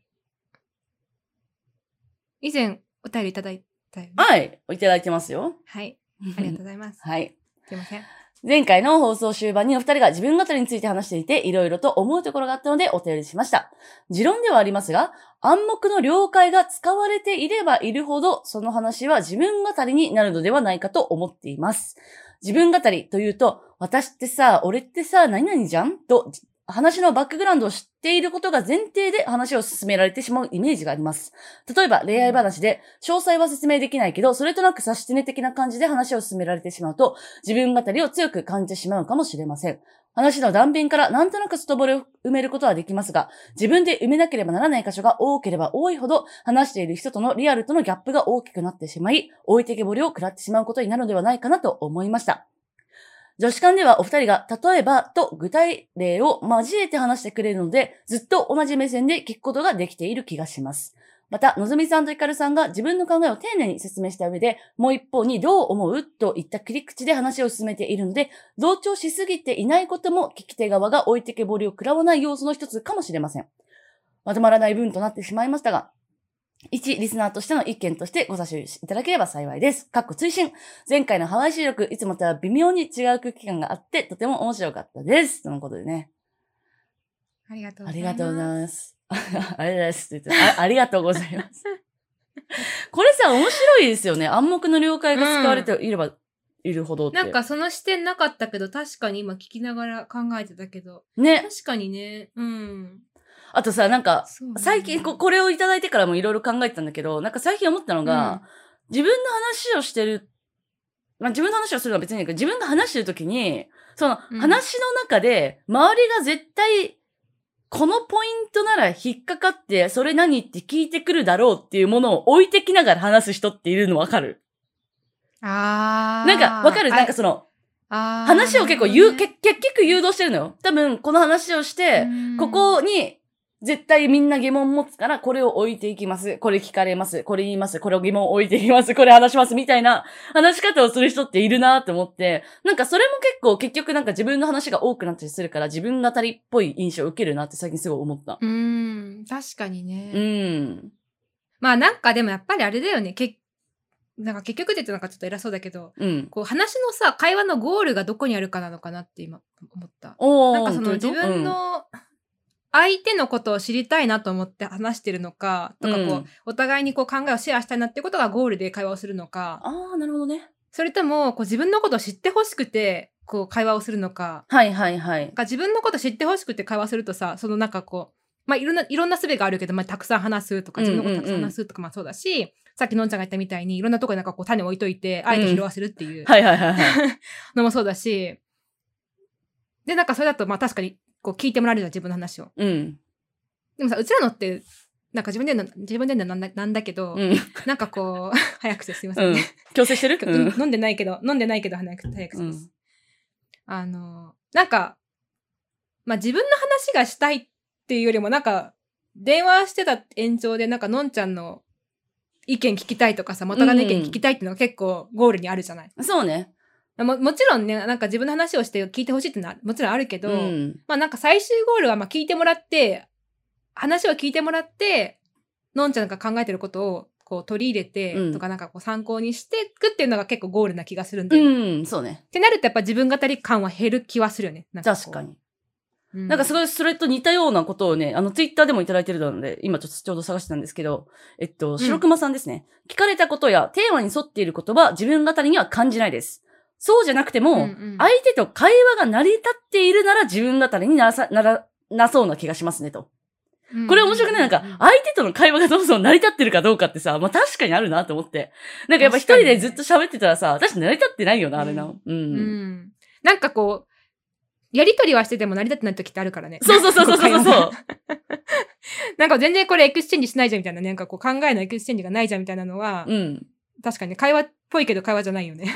お便りいただいたよね。 はい。いただいてますよ。 はい。ありがとうございます。 はい。 すいません。 前回の放送終盤にお二人が自分語りについて話していて、いろいろと思うところがあったのでお便りしました。持論ではありますが、暗黙の了解が使われていればいるほど、その話は自分語りになるのではないかと思っています。自分語りというと、私ってさ、俺ってさ、何々じゃんと、話のバックグラウンドを知っていることが前提で話を進められてしまうイメージがあります。例えば恋愛話で詳細は説明できないけど、それとなく察してね的な感じで話を進められてしまうと、自分語りを強く感じてしまうかもしれません。話の断片からなんとなく外堀を埋めることはできますが、自分で埋めなければならない箇所が多ければ多いほど、話している人とのリアルとのギャップが大きくなってしまい、置いてけぼりを食らってしまうことになるのではないかなと思いました。女子間ではお二人が例えばと具体例を交えて話してくれるので、ずっと同じ目線で聞くことができている気がします。また、のぞみさんとひかるさんが自分の考えを丁寧に説明した上で、もう一方にどう思うといった切り口で話を進めているので、同調しすぎていないことも聞き手側が置いてけぼりを食らわない要素の一つかもしれません。まとまらない文となってしまいましたが、一リスナーとしての意見としてご差しいただければ幸いです。追伸。前回のハワイ収録、いつもとは微妙に違う空気感があって、とても面白かったです。とのことでね。 ありがとうございます。 ありがとうございます。ありがとうございますって言ってありがとうございます。これさ、面白いですよね。暗黙の了解が使われていれば、いるほどって。 なんかその視点なかったけど、確かに今聞きながら考えてたけど。 ね。 確かにね。 あとさ、なんか、最近これをいただいてからもいろいろ考えてたんだけど、なんか最近思ったのが、自分の話をしてる、自分の話をするのは別にいいけど、自分が話してるときに、その話の中で、周りが絶対、このポイントなら引っかかって、それ何って聞いてくるだろうっていうものを置いてきながら話す人っているのわかる？なんか、わかる？なんかその、話を結構結局誘導してるのよ。多分、この話をして、ここに、絶対みんな疑問持つから、これを置いていきます。これ聞かれます。これ言います。これを疑問置いていきます。これ話します。みたいな話し方をする人っているなって思って、なんかそれも結局なんか自分の話が多くなったりするから、自分語りっぽい印象を受けるなって最近すごい思った。 確かにね。まあなんかでもやっぱりあれだよね。なんか結局って言ってなんかちょっと偉そうだけど、こう話のさ、会話のゴールがどこにあるかなのかなって今思った。なんかその自分の、相手のことを知りたいなと思って話してるのか、とかこう、お互いにこう考えをシェアしたいなってことがゴールで会話をするのか。 なるほどね。 それとも、こう自分のことを知ってほしくて、こう会話をするのか。 はいはいはい。 自分のことを知ってほしくて会話するとさ、そのなんかこう、まあいろんな術があるけど、まあたくさん話すとか、自分のことたくさん話すとか、まあそうだし、さっきのんちゃんが言ったみたいに、いろんなとこになんかこう種を置いといて、あえて拾わせるっていう。 はいはいはいはい。 のもそうだし、で、なんかそれだと、まあ確かに、こう聞いてもらえるじゃん、自分の話を。でもさ、うちらのって、なんか自分で言うのなんだけど、なんかこう、早くてすいませんね。 強制してる？ 飲んでないけど早くてです。なんか、まあ自分の話がしたいっていうよりも、なんか、電話してた延長で、なんかのんちゃんの意見聞きたいとかさ、元カノの意見聞きたいっていうのが結構ゴールにあるじゃない。 そうね。 もちろんね、なんか自分の話をして聞いてほしいってのはもちろんあるけど、まあなんか最終ゴールはまあ聞いてもらって、話を聞いてもらって、のんちゃんが考えてることをこう取り入れてとかなんかこう参考にしていくっていうのが結構ゴールな気がするんで。 そうね。 ってなるとやっぱ自分語り感は減る気はするよね。 確かに。なんかすごいそれと似たようなことをね、ツイッターでもいただいてるので、今ちょうど探してたんですけど、白熊さんですね。聞かれたことやテーマに沿っている言葉、自分語りには感じないです。そうじゃなくても、相手と会話が成り立っているなら自分語りになそうな気がしますねと。これ面白くない？なんか、相手との会話がどうぞ成り立ってるかどうかってさ、まあ確かにあるなと思って。なんかやっぱ一人でずっと喋ってたらさ、確かに成り立ってないよな、あれな。 なんかこう、やりとりはしてても成り立ってない時ってあるからね。 そう。 なんか全然これエクスチェンジしないじゃんみたいな、なんかこう考えのエクスチェンジがないじゃんみたいなのは、確かにね、会話っぽいけど会話じゃないよね。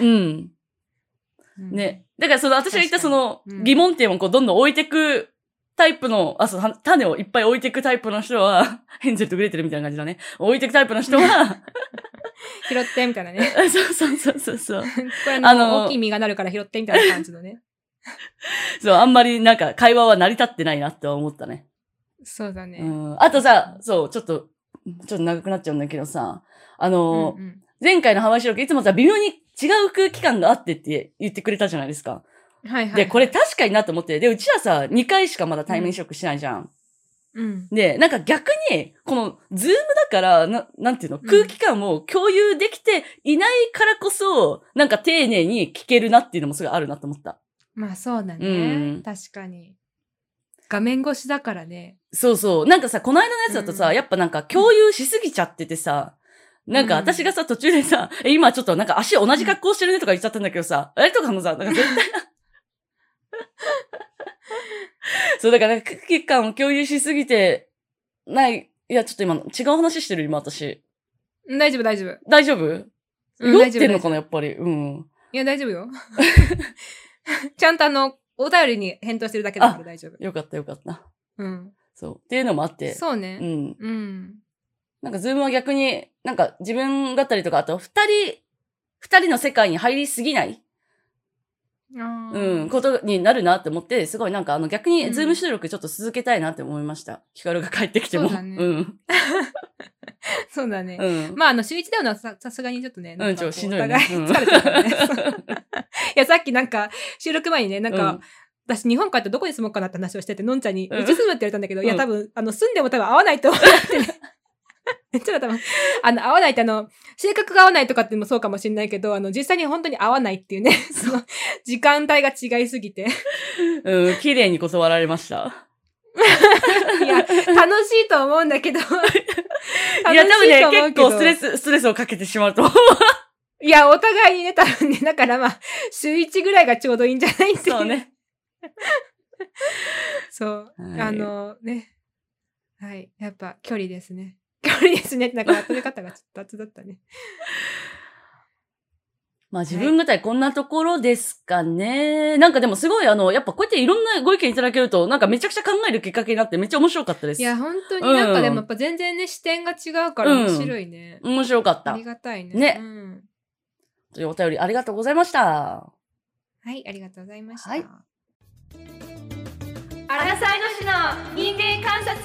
ね。だから私が言った疑問点をこうどんどん置いてくタイプの、種をいっぱい置いてくタイプの人は、ヘンゼルとグレーテルみたいな感じだね。置いてくタイプの人は、 拾ってみたいなね。 そう。これ大きい実がなるから拾ってみたいな感じのね。 そう、あんまりなんか会話は成り立ってないなって思ったね。 そうだね。 あとさ、そう、ちょっと長くなっちゃうんだけどさ、前回のハワイ収録いつもさ、微妙に違う空気感があってって言ってくれたじゃないですか。で、これ確かになと思って、で、うちはさ、2回しかまだ対面収録しないじゃん。で、なんか逆に、この、ズームだから、なんていうの、空気感を共有できていないからこそ、なんか丁寧に聞けるなっていうのもすごいあるなと思った。 まあそうだね。確かに。画面越しだからね。 そう。なんかさ、この間のやつだとさ、やっぱなんか共有しすぎちゃっててさ、なんか私がさ、途中でさ、今ちょっとなんか足同じ格好してるねとか言っちゃったんだけどさ、あれとかもさ、なんか絶対そう、だから空気感を共有しすぎてない。いや、ちょっと今違う話してる今私。 大丈夫。 大丈夫？酔ってんのかなやっぱり。いや、大丈夫よ。ちゃんとお便りに返答してるだけだから大丈夫。 よかった。そう。っていうのもあって。 そうね。 なんかズームは逆に、なんか自分語りとか、あと二人の世界に入りすぎないことになるなって思って、すごいなんか逆にズーム収録ちょっと続けたいなって思いました。ヒカルが帰ってきても。 そうだね。そうだね。まあ週一だよな、さすがにちょっとね。 しんどいね。 疲れてるからね。いや、さっきなんか、収録前にね、なんか、私日本帰ってどこに住もうかなって話をしてて、のんちゃんに、うち住むって言われたんだけど、いや多分、住んでも多分合わないと思ってね。ちょっと多分、合わないって性格が合わないとかってもそうかもしれないけど、実際に本当に合わないっていうね、その、時間帯が違いすぎて。 綺麗に断られました。 いや、楽しいと思うんだけど。いや、多分ね、結構ストレスをかけてしまうと思う。 いや、お互いにね、多分ね、だからまあ、週1ぐらいがちょうどいいんじゃないっていう。 そうね。 そう。ね。はい。やっぱ、距離ですね。距離ですね。なんか、まとめ方がちょっと雑だったね。 まあ自分語りこんなところですかね。なんかでもすごいやっぱこうやっていろんなご意見いただけると、なんかめちゃくちゃ考えるきっかけになってめっちゃ面白かったです。 いや、本当になんかでもやっぱ全然ね、視点が違うから面白いね。 面白かった。 ありがたいね。 ね。というお便りありがとうございました。 はい、ありがとうございました。はい。 アラサイの市の人間観察。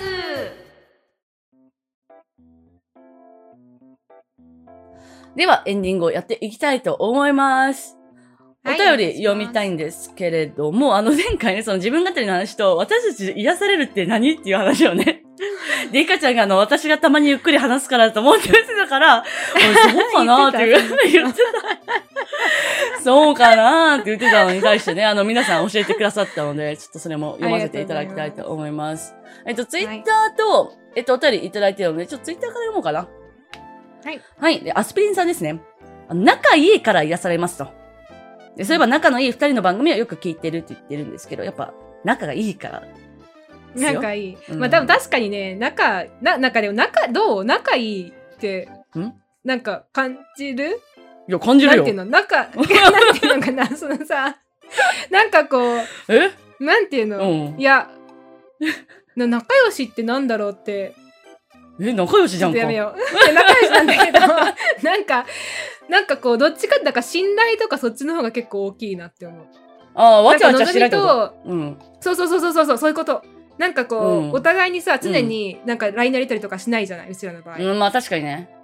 では、エンディングをやっていきたいと思います。お便り読みたいんですけれども、前回ね、その自分語りの話と、私たち癒されるって何っていう話をね、で、いかちゃんが私がたまにゆっくり話すからと思ってたから、そうかなーって言ってた。そうかなーって言ってたのに対してね、皆さん教えてくださったので、ちょっとそれも読ませていただきたいと思います。ツイッターと、お便りいただいてるので、ちょっとツイッターから読もうかな。 はい。 はい。で、アスピリンさんですね。仲いいから癒されますと。で、そういえば仲のいい二人の番組はよく聞いてるって言ってるんですけど、やっぱ、仲がいいから。 仲いい。まあ多分確かにね、仲いいって、なんか感じる？ いや、感じるよ。 なんていうのなんていうのかなそのさ、なんかこう、なんていうの、いや、仲良しってなんだろうって、 仲良しじゃんか。 やめよう。仲良しなんだけど、なんかこう、どっちかだから信頼とかそっちの方が結構大きいなって思う。 わちゃわちゃしないと。 そう、そういうこと。なんかこう、お互いにさ、常になんか LINE やりとりとかしないじゃない、うちらの場合。 まあ確かにね。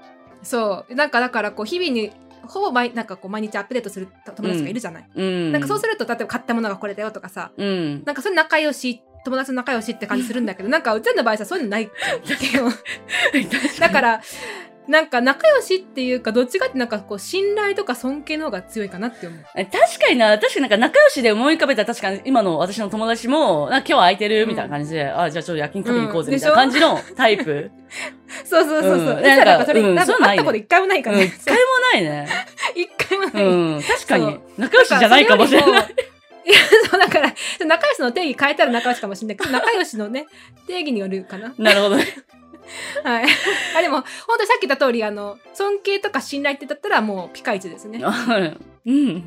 そう。なんかだからこう日々にほぼなんかこう毎日アップデートする友達がいるじゃない、なんかそうすると例えば買ったものがこれだよとかさ、なんかそれ仲良し、友達の仲良しって感じするんだけど、なんかうちらの場合さそういうのないってだからなんか仲良しっていうかどっちかってなんかこう信頼とか尊敬の方が強いかなって思う。 確かになんか仲良しで思い浮かべたら確かに今の私の友達もなんか今日空いてるみたいな感じで、じゃあちょっと夜勤食べに行こうぜみたいな感じのタイプ。 そう。なんかそれ多分会ったこと一回もないからね。 一回もないね。 一回もない。 確かに仲良しじゃないかもしれない。 いや、そうだから仲良しの定義変えたら仲良しかもしれないけど、仲良しのね定義によるかな。 なるほどね。 はい。でも本当にさっき言った通り尊敬とか信頼ってだったらもうピカイチですね。はい。すい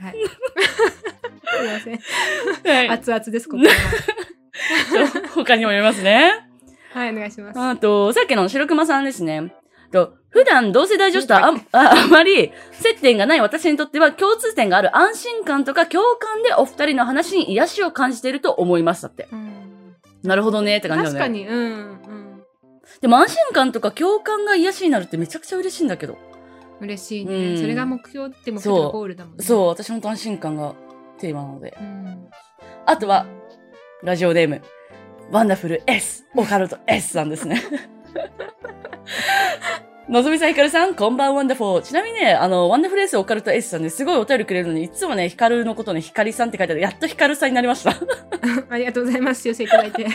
ません。熱々ですここは。 他にも読みますね。 はい、お願いします。 さっきの白熊さんですね。普段同世代女子とあまり接点がない私にとっては共通点がある安心感とか共感でお二人の話に癒しを感じていると思いましたって。なるほどねって感じだね。 確かに。 でも安心感とか共感が癒しになるってめちゃくちゃ嬉しいんだけど。 嬉しいね。それが目標って目標のゴールだもんね。 そう、私本当安心感がテーマなので。あとは、ラジオネーム、ワンダフル S、オカルト S さんですね。のぞみさん、ひかるさん、こんばんワンダフォー。ちなみにね、ワンダフル S、オカルト S さんですごいお便りくれるのに、いつもね、ひかるのことね、ひかりさんって書いてある。やっとひかるさんになりました。 ありがとうございます。寄せいただいて。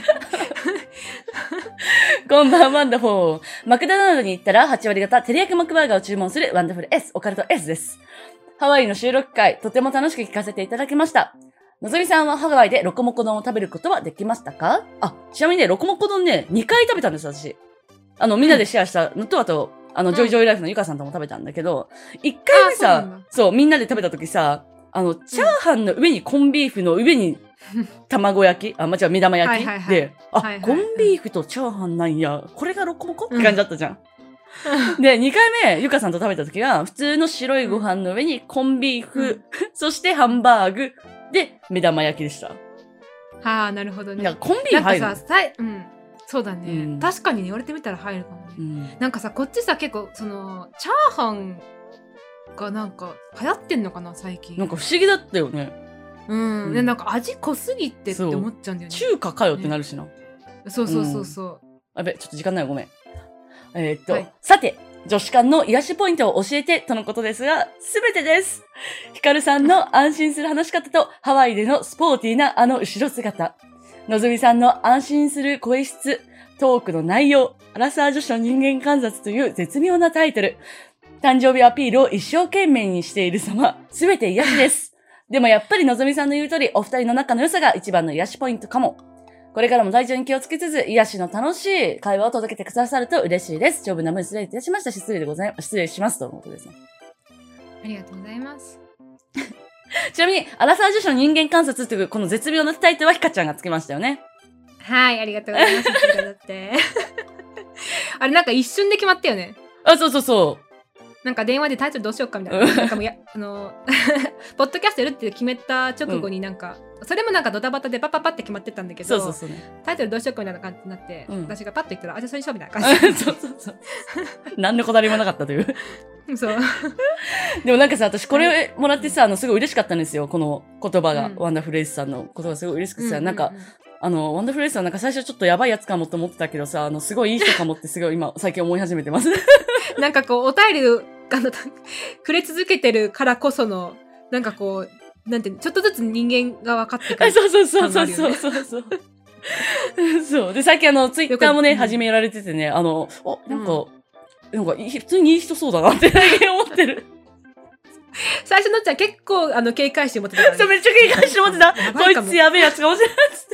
こんばんワンダフォー。マクドナルドに行ったら8割方、照り焼きマックバーガーを注文するワンダフル S、オカルト S です。ハワイの収録会、とても楽しく聞かせていただきました。のぞみさんはハワイでロコモコ丼を食べることはできましたか？ちなみにね、ロコモコ丼ね、2回食べたんです、私。みんなでシェアしたのと、あと、ジョイジョイライフのゆかさんとも食べたんだけど、1回目さ、そう、みんなで食べたときさ、チャーハンの上にコンビーフの上に卵焼き目玉焼きで、コンビーフとチャーハンなんや、これがロコモコって感じだったじゃん。で、2回目、ゆかさんと食べたときは、普通の白いご飯の上にコンビーフ、そしてハンバーグ、で、目玉焼きでした。 なるほどね。 なんかコンビーフ入るの？ なんかさ、そうだね、確かにね、言われてみたら入るかもね。なんかさ、こっちさ、結構、チャーハンがなんか流行ってんのかな、最近。 なんか不思議だったよね。 で、なんか味濃すぎてって思っちゃうんだよね。 中華かよってなるしな。 そう。 ちょっと時間ない、ごめん。さて、女子間の癒しポイントを教えてとのことですが、すべてです。ひかるさんの安心する話し方と、ハワイでのスポーティーな後ろ姿。のぞみさんの安心する声質、トークの内容、アラサー女子の人間観察という絶妙なタイトル。誕生日アピールを一生懸命にしている様、すべて癒しです。でもやっぱりのぞみさんの言う通り、お二人の仲の良さが一番の癒しポイントかも。これからも体調に気をつけつつ、癒しの楽しい会話を届けてくださると嬉しいです。長文な文失礼いたしました。失礼しますとのことですね。 ありがとうございます。 ちなみに、アラサー女子の人間観察というこの絶妙なタイトルはひかちゃんがつけましたよね。 はい、ありがとうございます。だってあれなんか一瞬で決まったよね。 そう。 なんか電話でタイトルどうしようかみたいな。なんかもうポッドキャストやるって決めた直後になんか、それもなんかドタバタでパって決まってたんだけど、 そうね、 タイトルどうしようかみたいな感じになって、私がパッと言ったら、じゃあそれにしようみたいな感じ。 そう。何のこだわりもなかったという。 そう。 でもなんかさ、私これもらってさ、すごい嬉しかったんですよ。この言葉が、ワンダフルエースさんの言葉がすごい嬉しくてさ、なんか、ワンダフルエースさんなんか最初ちょっとやばいやつかもって思ってたけどさ、すごいいい人かもってすごい今、最近思い始めてます。 なんかこう、お便り触れ続けてるからこその、なんかこう、なんていうの、ちょっとずつ人間が分かってくる、ね。 そう。そう。で、最近ツイッターもね、始められててね、なんか普通にいい人そうだなって思ってる。 最初のっちゃん結構警戒心持ってたから、ね。 そう、めっちゃ警戒心持ってた。こいつやべえやつかもしれないっつ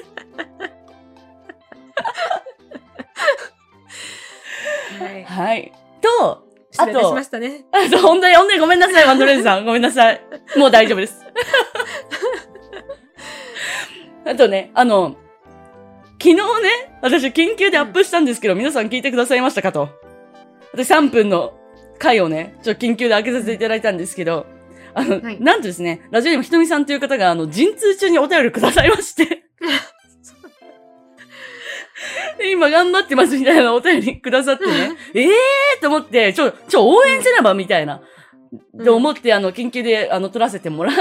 って。はい。 失礼いたしましたね。 本当にごめんなさい、ワンドレーズさん。ごめんなさい。もう大丈夫です。あとね、昨日ね、私緊急でアップしたんですけど、皆さん聞いてくださいましたかと。私3分の回をね、ちょっと緊急で開けさせていただいたんですけど、なんとですね、ラジオネームひとみさんという方が、陣痛中にお便りくださいまして。 今頑張ってますみたいなお便りくださってね。と思って、応援せねばみたいな。で思って、緊急で、撮らせてもらって、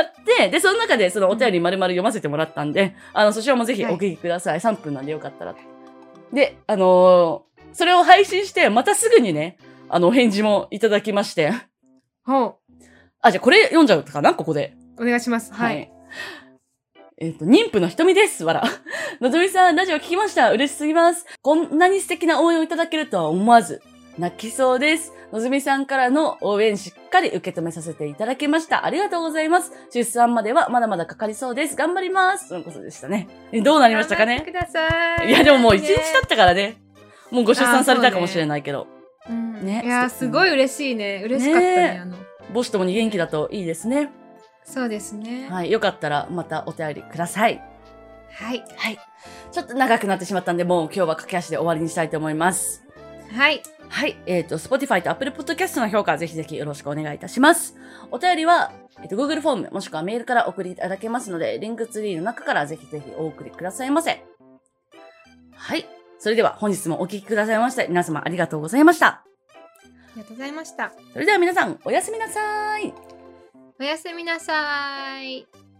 で、その中で、そのお便り丸々読ませてもらったんで、そちらもぜひお聞きください。3分なんでよかったら。で、それを配信して、またすぐにね、お返事もいただきまして。 ほう。 じゃあこれ読んじゃうかな、ここで。 お願いします。はい。 妊婦の瞳です。わら。のぞみさん、ラジオ聞きました。嬉しすぎます。こんなに素敵な応援をいただけるとは思わず、泣きそうです。のぞみさんからの応援しっかり受け止めさせていただきました。ありがとうございます。出産まではまだまだかかりそうです。頑張ります。とのことでしたね。どうなりましたかね。 頑張ってください。 いや、でももう1日経ったからね。もうご出産されたかもしれないけど。 ね。いや、すごい嬉しいね。嬉しかったね。 母子ともに元気だといいですね。 そうですね。 はい。よかったらまたお便りください。 はい。 はい。ちょっと長くなってしまったんで、もう今日は駆け足で終わりにしたいと思います。 はい。 はい。Spotify と Apple Podcast の評価、ぜひぜひよろしくお願いいたします。お便りは、Google フォーム、もしくはメールから送りいただけますので、リンクツリーの中からぜひぜひお送りくださいませ。はい。それでは本日もお聞きくださいまして、皆様ありがとうございました。 ありがとうございました。 それでは皆さん、おやすみなさい。 おやすみなさい。